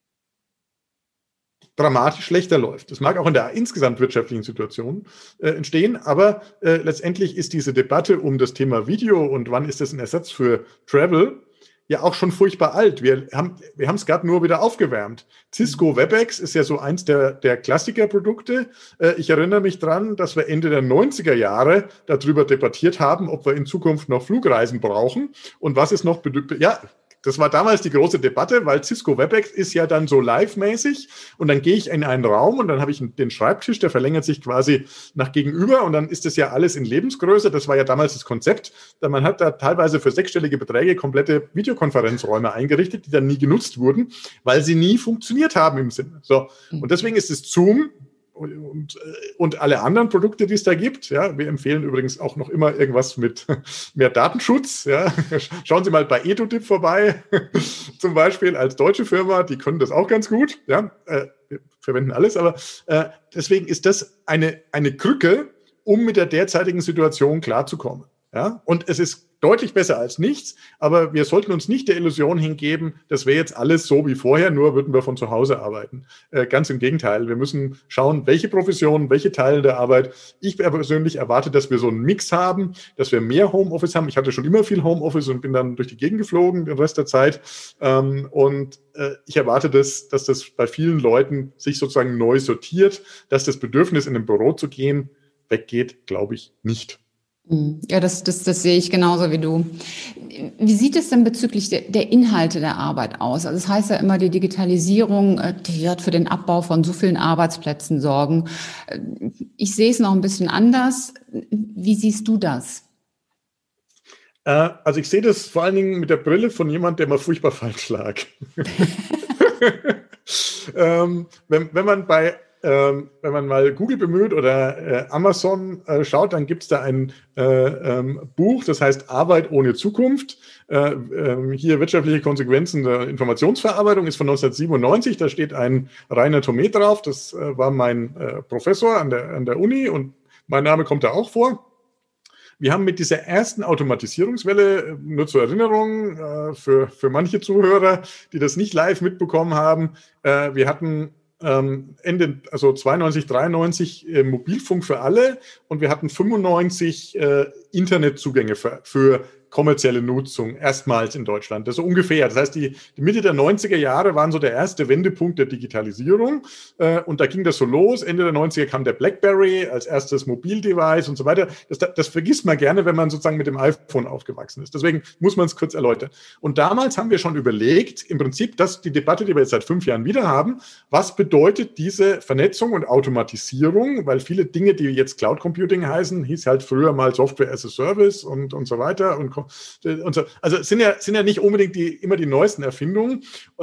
dramatisch schlechter läuft. Das mag auch in der insgesamt wirtschaftlichen Situation entstehen, aber letztendlich ist diese Debatte um das Thema Video und wann ist das ein Ersatz für Travel ja auch schon furchtbar alt. Wir haben es gerade nur wieder aufgewärmt. Cisco WebEx ist ja so eins der Klassikerprodukte. Ich erinnere mich dran, dass wir Ende der 90er Jahre darüber debattiert haben, ob wir in Zukunft noch Flugreisen brauchen und was es noch bedeutet. Ja, das war damals die große Debatte, weil Cisco WebEx ist ja dann so live-mäßig und dann gehe ich in einen Raum und dann habe ich den Schreibtisch, der verlängert sich quasi nach gegenüber und dann ist das ja alles in Lebensgröße. Das war ja damals das Konzept. Man hat da teilweise für sechsstellige Beträge komplette Videokonferenzräume eingerichtet, die dann nie genutzt wurden, weil sie nie funktioniert haben im Sinne. So. Und deswegen ist es Zoom und alle anderen Produkte, die es da gibt. Ja, wir empfehlen übrigens auch noch immer irgendwas mit mehr Datenschutz. Ja. Schauen Sie mal bei EduDip vorbei, zum Beispiel als deutsche Firma, die können das auch ganz gut. Ja, wir verwenden alles, aber deswegen ist das eine Krücke, um mit der derzeitigen Situation klarzukommen. Ja, und es ist deutlich besser als nichts, aber wir sollten uns nicht der Illusion hingeben, das wäre jetzt alles so wie vorher, nur würden wir von zu Hause arbeiten. Ganz im Gegenteil, wir müssen schauen, welche Professionen, welche Teile der Arbeit. Ich persönlich erwarte, dass wir so einen Mix haben, dass wir mehr Homeoffice haben. Ich hatte schon immer viel Homeoffice und bin dann durch die Gegend geflogen den Rest der Zeit. Ich erwarte, dass das bei vielen Leuten sich sozusagen neu sortiert, dass das Bedürfnis, in ein Büro zu gehen, weggeht, glaube ich nicht. Ja, das sehe ich genauso wie du. Wie sieht es denn bezüglich der Inhalte der Arbeit aus? Also das heißt ja immer, die Digitalisierung, die wird für den Abbau von so vielen Arbeitsplätzen sorgen. Ich sehe es noch ein bisschen anders. Wie siehst du das? Also ich sehe das vor allen Dingen mit der Brille von jemand, der mal furchtbar falsch lag. Wenn man mal Google bemüht oder Amazon schaut, dann gibt es da ein Buch, das heißt Arbeit ohne Zukunft. Hier wirtschaftliche Konsequenzen der Informationsverarbeitung, ist von 1997. Da steht ein Rainer Thomé drauf. Das war mein Professor an der Uni und mein Name kommt da auch vor. Wir haben mit dieser ersten Automatisierungswelle, nur zur Erinnerung für manche Zuhörer, die das nicht live mitbekommen haben, wir hatten Ende, also 92, 93 Mobilfunk für alle und wir hatten 95 Internetzugänge für kommerzielle Nutzung erstmals in Deutschland. Das ist so ungefähr. Das heißt, die Mitte der 90er Jahre waren so der erste Wendepunkt der Digitalisierung. Und da ging das so los. Ende der 90er kam der BlackBerry als erstes Mobildevice und so weiter. Das vergisst man gerne, wenn man sozusagen mit dem iPhone aufgewachsen ist. Deswegen muss man es kurz erläutern. Und damals haben wir schon überlegt, im Prinzip, dass die Debatte, die wir jetzt seit 5 Jahren wieder haben, was bedeutet diese Vernetzung und Automatisierung? Weil viele Dinge, die jetzt Cloud Computing heißen, hieß halt früher mal Software as a Service und so weiter und so. Also es sind ja nicht unbedingt immer die neuesten Erfindungen.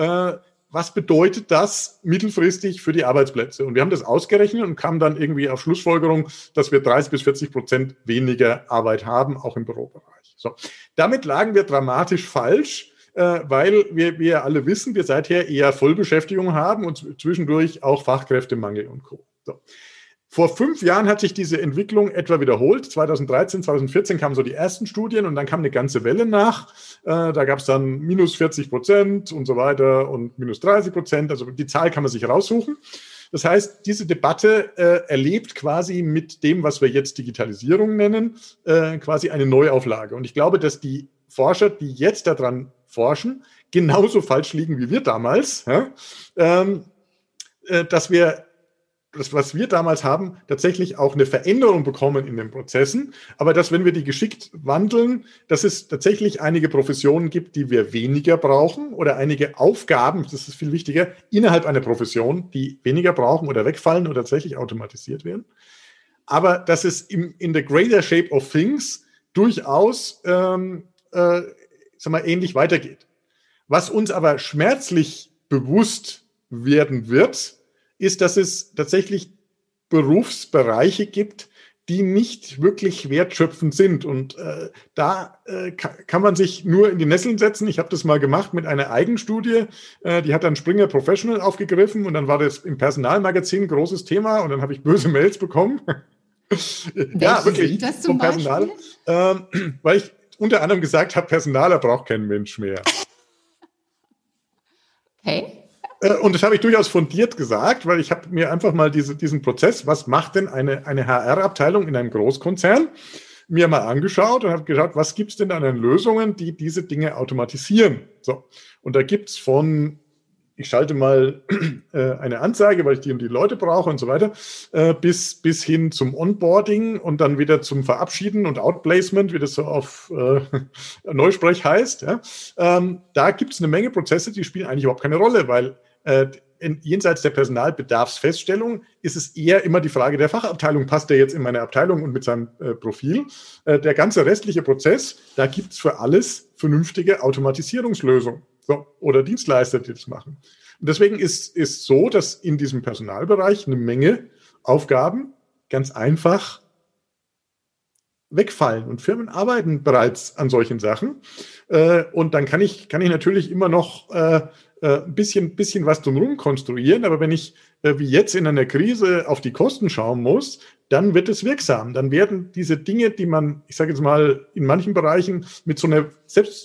Was bedeutet das mittelfristig für die Arbeitsplätze? Und wir haben das ausgerechnet und kamen dann irgendwie auf Schlussfolgerung, dass wir 30-40% weniger Arbeit haben, auch im Bürobereich. So. Damit lagen wir dramatisch falsch, weil wir alle wissen, wir seither eher Vollbeschäftigung haben und zwischendurch auch Fachkräftemangel und Co. So. Vor 5 Jahren hat sich diese Entwicklung etwa wiederholt. 2013, 2014 kamen so die ersten Studien und dann kam eine ganze Welle nach. Da gab es dann minus 40% und so weiter und minus 30%. Also die Zahl kann man sich raussuchen. Das heißt, diese Debatte erlebt quasi mit dem, was wir jetzt Digitalisierung nennen, quasi eine Neuauflage. Und ich glaube, dass die Forscher, die jetzt daran forschen, genauso falsch liegen wie wir damals, ja? Dass wir das, was wir damals haben, tatsächlich auch eine Veränderung bekommen in den Prozessen, aber dass, wenn wir die geschickt wandeln, dass es tatsächlich einige Professionen gibt, die wir weniger brauchen oder einige Aufgaben, das ist viel wichtiger, innerhalb einer Profession, die weniger brauchen oder wegfallen oder tatsächlich automatisiert werden. Aber dass es in the greater shape of things durchaus ähnlich weitergeht. Was uns aber schmerzlich bewusst werden wird, ist, dass es tatsächlich Berufsbereiche gibt, die nicht wirklich wertschöpfend sind. Und da kann man sich nur in die Nesseln setzen. Ich habe das mal gemacht mit einer Eigenstudie. Die hat dann Springer Professional aufgegriffen und dann war das im Personalmagazin ein großes Thema und dann habe ich böse Mails bekommen. Ja, wirklich, sind das vom Personal. Weil ich unter anderem gesagt habe, Personaler braucht kein Mensch mehr. Okay. Und das habe ich durchaus fundiert gesagt, weil ich habe mir einfach mal diesen Prozess, was macht denn eine HR-Abteilung in einem Großkonzern, mir mal angeschaut und habe geschaut, was gibt es denn an Lösungen, die diese Dinge automatisieren. So. Und da gibt es ich schalte mal eine Anzeige, weil ich die und die Leute brauche und so weiter, bis hin zum Onboarding und dann wieder zum Verabschieden und Outplacement, wie das so auf Neusprech heißt. Ja. Da gibt es eine Menge Prozesse, die spielen eigentlich überhaupt keine Rolle, weil jenseits der Personalbedarfsfeststellung ist es eher immer die Frage der Fachabteilung, passt der jetzt in meine Abteilung und mit seinem Profil. Der ganze restliche Prozess, da gibt es für alles vernünftige Automatisierungslösungen. So, oder Dienstleister, die das machen. Und deswegen ist so, dass in diesem Personalbereich eine Menge Aufgaben ganz einfach wegfallen. Und Firmen arbeiten bereits an solchen Sachen. Und dann kann ich natürlich immer noch ein bisschen was drumherum konstruieren. Aber wenn ich wie jetzt in einer Krise auf die Kosten schauen muss, dann wird es wirksam. Dann werden diese Dinge, die man, ich sage jetzt mal, in manchen Bereichen mit so einer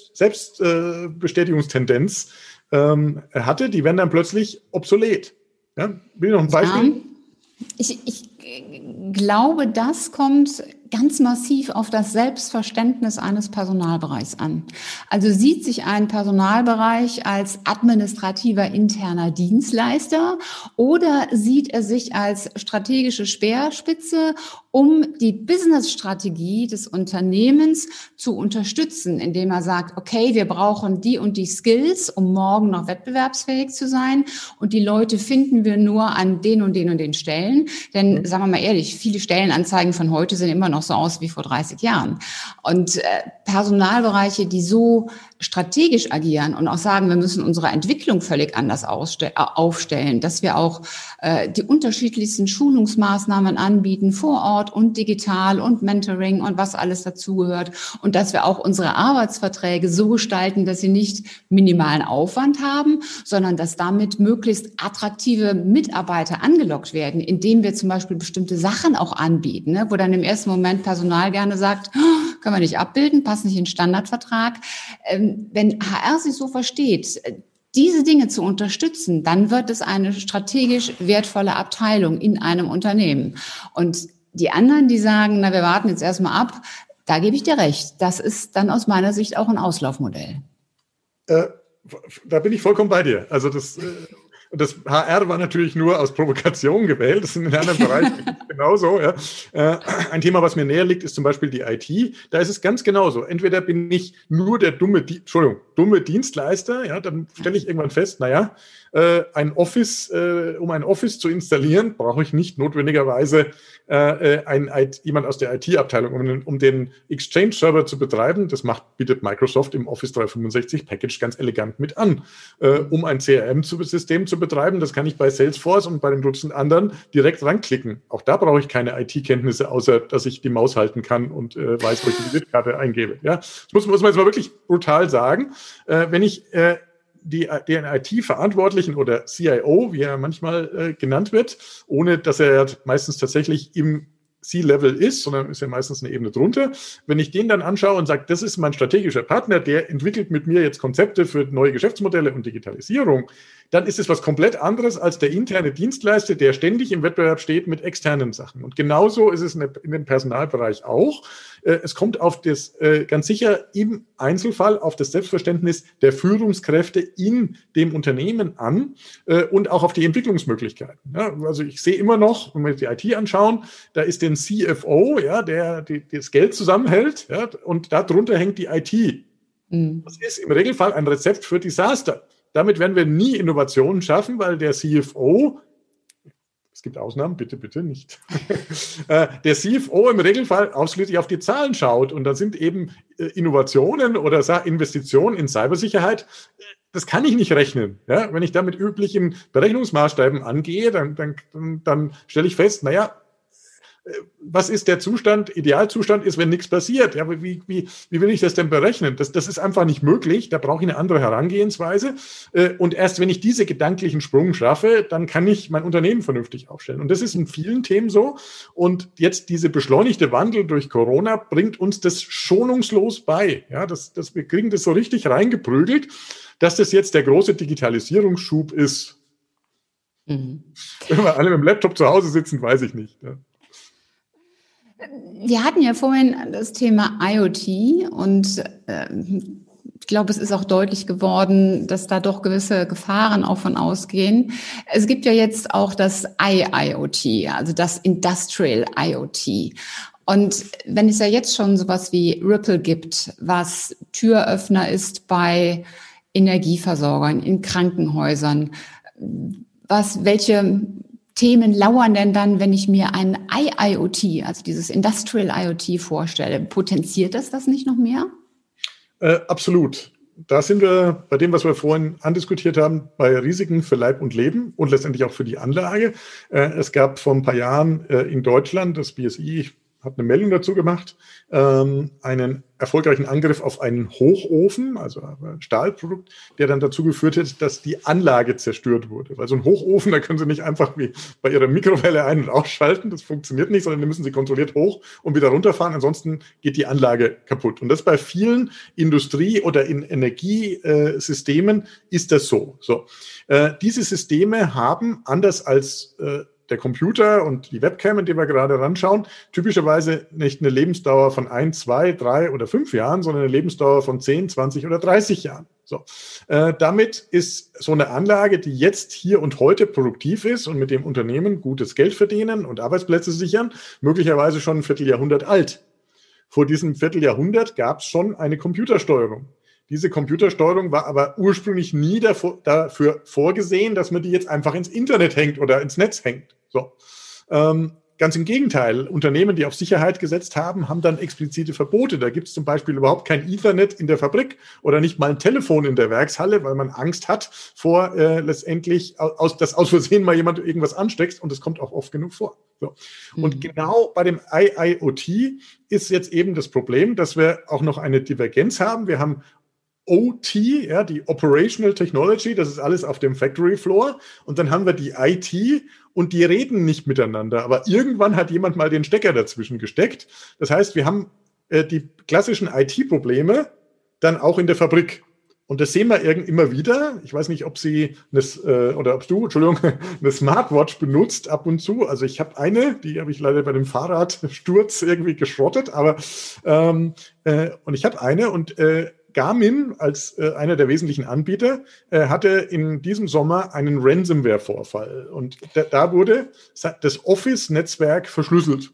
Selbstbestätigungstendenz hatte, die werden dann plötzlich obsolet. Ja? Will ich noch ein Beispiel? Ja, ich glaube, das kommt ganz massiv auf das Selbstverständnis eines Personalbereichs an. Also sieht sich ein Personalbereich als administrativer interner Dienstleister oder sieht er sich als strategische Speerspitze, um die Businessstrategie des Unternehmens zu unterstützen, indem er sagt, okay, wir brauchen die und die Skills, um morgen noch wettbewerbsfähig zu sein und die Leute finden wir nur an den und den und den Stellen. Denn sagen wir mal ehrlich, viele Stellenanzeigen von heute sehen immer noch so aus wie vor 30 Jahren. Und Personalbereiche, die so strategisch agieren und auch sagen, wir müssen unsere Entwicklung völlig anders aufstellen, dass wir auch die unterschiedlichsten Schulungsmaßnahmen anbieten, vor Ort und digital und Mentoring und was alles dazugehört und dass wir auch unsere Arbeitsverträge so gestalten, dass sie nicht minimalen Aufwand haben, sondern dass damit möglichst attraktive Mitarbeiter angelockt werden, indem wir zum Beispiel bestimmte Sachen auch anbieten, ne, wo dann im ersten Moment Personal gerne sagt, können wir nicht abbilden, passt nicht in den Standardvertrag. Wenn HR sich so versteht, diese Dinge zu unterstützen, dann wird es eine strategisch wertvolle Abteilung in einem Unternehmen. Und die anderen, die sagen, na, wir warten jetzt erstmal ab, da gebe ich dir recht. Das ist dann aus meiner Sicht auch ein Auslaufmodell. Da bin ich vollkommen bei dir. Also das HR war natürlich nur aus Provokation gewählt. Das ist in den anderen Bereichen genauso. Ja. Ein Thema, was mir näher liegt, ist zum Beispiel die IT. Da ist es ganz genauso. Entweder bin ich nur der dumme Dienstleister, ja, dann stelle ich irgendwann fest, naja, um ein Office zu installieren, brauche ich nicht notwendigerweise jemand aus der IT-Abteilung, um den Exchange-Server zu betreiben. Das bietet Microsoft im Office 365 Package ganz elegant mit an. Um ein CRM-System zu betreiben, das kann ich bei Salesforce und bei den Dutzend anderen direkt ranklicken. Auch da brauche ich keine IT-Kenntnisse, außer dass ich die Maus halten kann und weiß, wo ich die Visitkarte eingebe. Ja? Das muss man jetzt mal wirklich brutal sagen. Wenn ich den IT-Verantwortlichen oder CIO, wie er manchmal genannt wird, ohne dass er meistens tatsächlich im C-Level ist, sondern ist ja meistens eine Ebene drunter. Wenn ich den dann anschaue und sage, das ist mein strategischer Partner, der entwickelt mit mir jetzt Konzepte für neue Geschäftsmodelle und Digitalisierung, dann ist es was komplett anderes als der interne Dienstleister, der ständig im Wettbewerb steht mit externen Sachen. Und genauso ist es in dem Personalbereich auch. Es kommt auf das, ganz sicher im Einzelfall auf das Selbstverständnis der Führungskräfte in dem Unternehmen an und auch auf die Entwicklungsmöglichkeiten. Ja, also ich sehe immer noch, wenn wir die IT anschauen, da ist den CFO, ja, der das Geld zusammenhält, ja, und darunter hängt die IT. Das ist im Regelfall ein Rezept für Desaster. Damit werden wir nie Innovationen schaffen, weil der CFO, es gibt Ausnahmen, bitte, bitte nicht, der CFO im Regelfall ausschließlich auf die Zahlen schaut. Und da sind eben Innovationen oder Investitionen in Cybersicherheit, das kann ich nicht rechnen. Ja? Wenn ich da mit üblichen Berechnungsmaßstäben angehe, dann stelle ich fest, naja, was ist der Zustand, Idealzustand ist, wenn nichts passiert. Ja, wie will ich das denn berechnen? Das ist einfach nicht möglich. Da brauche ich eine andere Herangehensweise. Und erst wenn ich diese gedanklichen Sprung schaffe, dann kann ich mein Unternehmen vernünftig aufstellen. Und das ist in vielen Themen so. Und jetzt diese beschleunigte Wandel durch Corona bringt uns das schonungslos bei. Ja, wir kriegen das so richtig reingeprügelt, dass das jetzt der große Digitalisierungsschub ist. Wenn wir alle mit dem Laptop zu Hause sitzen, weiß ich nicht. Ja. Wir hatten ja vorhin das Thema IoT und ich glaube, es ist auch deutlich geworden, dass da doch gewisse Gefahren auch von ausgehen. Es gibt ja jetzt auch das IIoT, also das Industrial IoT. Und wenn es ja jetzt schon sowas wie Ripple gibt, was Türöffner ist bei Energieversorgern, in Krankenhäusern, welche Themen lauern denn dann, wenn ich mir ein IIoT, also dieses Industrial IoT vorstelle? Potenziert das nicht noch mehr? Absolut. Da sind wir bei dem, was wir vorhin andiskutiert haben, bei Risiken für Leib und Leben und letztendlich auch für die Anlage. Es gab vor ein paar Jahren in Deutschland, das BSI hat eine Meldung dazu gemacht, einen erfolgreichen Angriff auf einen Hochofen, also ein Stahlprodukt, der dann dazu geführt hat, dass die Anlage zerstört wurde. Weil so ein Hochofen, da können Sie nicht einfach wie bei Ihrer Mikrowelle ein- und ausschalten, das funktioniert nicht, sondern da müssen Sie kontrolliert hoch und wieder runterfahren, ansonsten geht die Anlage kaputt. Und das bei vielen Industrie- oder in Energiesystemen ist das so. Diese Systeme haben, anders als der Computer und die Webcam, in die wir gerade ranschauen, typischerweise nicht eine Lebensdauer von 1, 2, 3 oder 5 Jahren, sondern eine Lebensdauer von 10, 20 oder 30 Jahren. Damit ist so eine Anlage, die jetzt hier und heute produktiv ist und mit dem Unternehmen gutes Geld verdienen und Arbeitsplätze sichern, möglicherweise schon ein Vierteljahrhundert alt. Vor diesem Vierteljahrhundert gab es schon eine Computersteuerung. Diese Computersteuerung war aber ursprünglich nie dafür vorgesehen, dass man die jetzt einfach ins Internet hängt oder ins Netz hängt. Ganz im Gegenteil, Unternehmen, die auf Sicherheit gesetzt haben, haben dann explizite Verbote. Da gibt es zum Beispiel überhaupt kein Ethernet in der Fabrik oder nicht mal ein Telefon in der Werkshalle, weil man Angst hat vor letztendlich, dass aus Versehen mal jemand irgendwas ansteckt, und das kommt auch oft genug vor. Und genau bei dem IIoT ist jetzt eben das Problem, dass wir auch noch eine Divergenz haben. Wir haben OT, ja, die Operational Technology, das ist alles auf dem Factory Floor. Und dann haben wir die IT und die reden nicht miteinander. Aber irgendwann hat jemand mal den Stecker dazwischen gesteckt. Das heißt, wir haben die klassischen IT-Probleme dann auch in der Fabrik. Und das sehen wir immer wieder. Ich weiß nicht, ob Sie eine Smartwatch benutzt ab und zu. Also ich habe eine, die habe ich leider bei dem Fahrradsturz irgendwie geschrottet. Und ich habe eine und Garmin als einer der wesentlichen Anbieter hatte in diesem Sommer einen Ransomware-Vorfall. Und da wurde das Office-Netzwerk verschlüsselt.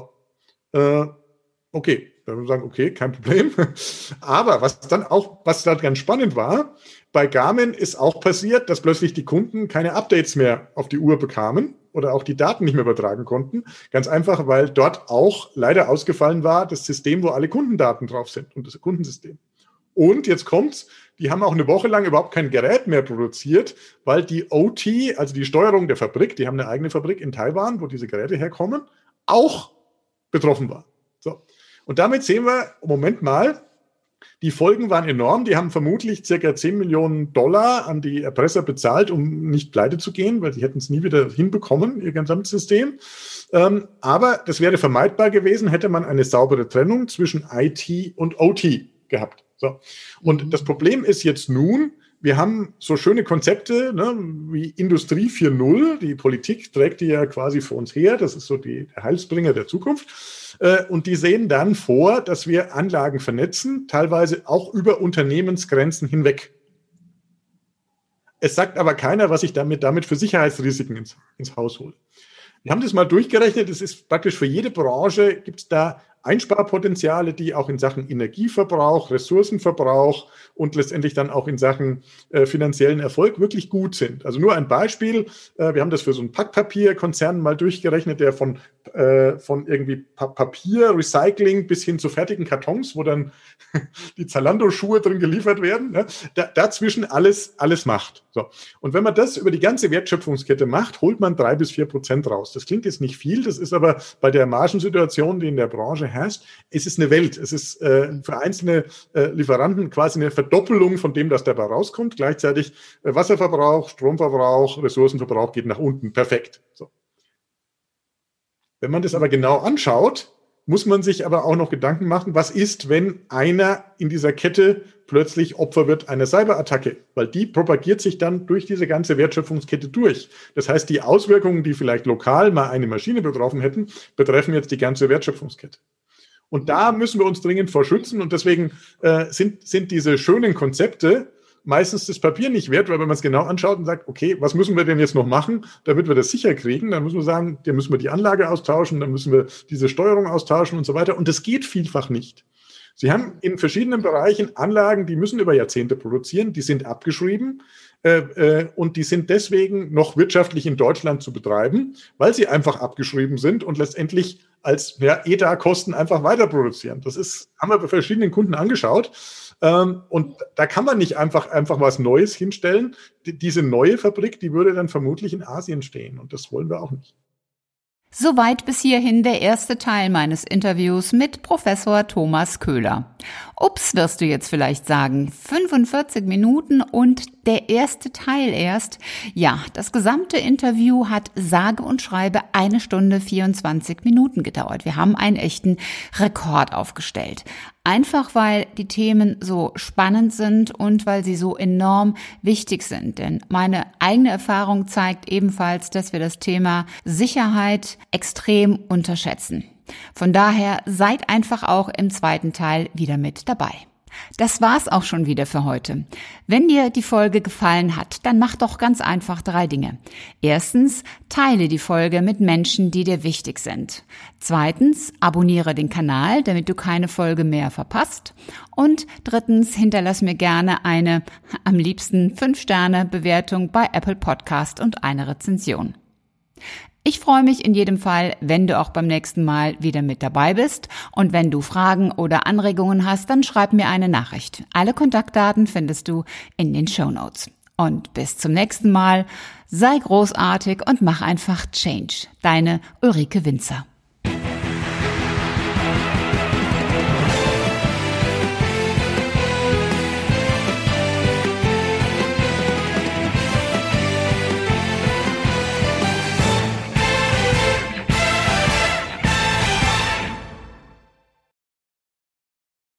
Okay, da würden wir sagen, okay, kein Problem. Aber was dann ganz spannend war, bei Garmin ist auch passiert, dass plötzlich die Kunden keine Updates mehr auf die Uhr bekamen oder auch die Daten nicht mehr übertragen konnten. Ganz einfach, weil dort auch leider ausgefallen war das System, wo alle Kundendaten drauf sind, und das Kundensystem. Und jetzt kommt's, die haben auch eine Woche lang überhaupt kein Gerät mehr produziert, weil die OT, also die Steuerung der Fabrik, die haben eine eigene Fabrik in Taiwan, wo diese Geräte herkommen, auch betroffen war. Und damit sehen wir, Moment mal, die Folgen waren enorm. Die haben vermutlich ca. 10 Millionen Dollar an die Erpresser bezahlt, um nicht pleite zu gehen, weil sie hätten es nie wieder hinbekommen, ihr Gesamtsystem. Aber das wäre vermeidbar gewesen, hätte man eine saubere Trennung zwischen IT und OT gehabt. Und das Problem ist jetzt nun, wir haben so schöne Konzepte, ne, wie Industrie 4.0. Die Politik trägt die ja quasi für uns her. Das ist so der Heilsbringer der Zukunft. Und die sehen dann vor, dass wir Anlagen vernetzen, teilweise auch über Unternehmensgrenzen hinweg. Es sagt aber keiner, was ich damit für Sicherheitsrisiken ins Haus hole. Wir haben das mal durchgerechnet. Es ist praktisch für jede Branche, gibt es da Einsparpotenziale, die auch in Sachen Energieverbrauch, Ressourcenverbrauch und letztendlich dann auch in Sachen finanziellen Erfolg wirklich gut sind. Also nur ein Beispiel. Wir haben das für so einen Packpapierkonzern mal durchgerechnet, der von irgendwie Papier, Recycling bis hin zu fertigen Kartons, wo dann die Zalando-Schuhe drin geliefert werden, ne? Dazwischen alles macht. So. Und wenn man das über die ganze Wertschöpfungskette macht, holt man 3-4% raus. Das klingt jetzt nicht viel, das ist aber bei der Margensituation, die in der Branche herrscht, es ist eine Welt. Es ist für einzelne Lieferanten quasi eine Verdoppelung von dem, das dabei rauskommt. Gleichzeitig Wasserverbrauch, Stromverbrauch, Ressourcenverbrauch geht nach unten. Perfekt. So. Wenn man das aber genau anschaut, muss man sich aber auch noch Gedanken machen, was ist, wenn einer in dieser Kette plötzlich Opfer wird einer Cyberattacke, weil die propagiert sich dann durch diese ganze Wertschöpfungskette durch. Das heißt, die Auswirkungen, die vielleicht lokal mal eine Maschine betroffen hätten, betreffen jetzt die ganze Wertschöpfungskette. Und da müssen wir uns dringend vor schützen und deswegen sind diese schönen Konzepte meistens das Papier nicht wert, weil wenn man es genau anschaut und sagt, okay, was müssen wir denn jetzt noch machen, damit wir das sicher kriegen, dann müssen wir sagen, dann müssen wir die Anlage austauschen, dann müssen wir diese Steuerung austauschen und so weiter. Und das geht vielfach nicht. Sie haben in verschiedenen Bereichen Anlagen, die müssen über Jahrzehnte produzieren, die sind abgeschrieben und die sind deswegen noch wirtschaftlich in Deutschland zu betreiben, weil sie einfach abgeschrieben sind und letztendlich als ETA-Kosten einfach weiter produzieren. Haben wir bei verschiedenen Kunden angeschaut. Und da kann man nicht einfach was Neues hinstellen. Diese neue Fabrik, die würde dann vermutlich in Asien stehen. Und das wollen wir auch nicht. Soweit bis hierhin der erste Teil meines Interviews mit Professor Thomas Köhler. Ups, wirst du jetzt vielleicht sagen, 45 Minuten und der erste Teil erst. Ja, das gesamte Interview hat sage und schreibe 1 Stunde 24 Minuten gedauert. Wir haben einen echten Rekord aufgestellt. Einfach weil die Themen so spannend sind und weil sie so enorm wichtig sind. Denn meine eigene Erfahrung zeigt ebenfalls, dass wir das Thema Sicherheit extrem unterschätzen. Von daher seid einfach auch im zweiten Teil wieder mit dabei. Das war's auch schon wieder für heute. Wenn dir die Folge gefallen hat, dann mach doch ganz einfach 3 Dinge. Erstens, teile die Folge mit Menschen, die dir wichtig sind. Zweitens, abonniere den Kanal, damit du keine Folge mehr verpasst. Und drittens, hinterlass mir gerne eine, am liebsten 5-Sterne-Bewertung bei Apple Podcast und eine Rezension. Ich freue mich in jedem Fall, wenn du auch beim nächsten Mal wieder mit dabei bist. Und wenn du Fragen oder Anregungen hast, dann schreib mir eine Nachricht. Alle Kontaktdaten findest du in den Shownotes. Und bis zum nächsten Mal. Sei großartig und mach einfach Change. Deine Ulrike Winzer.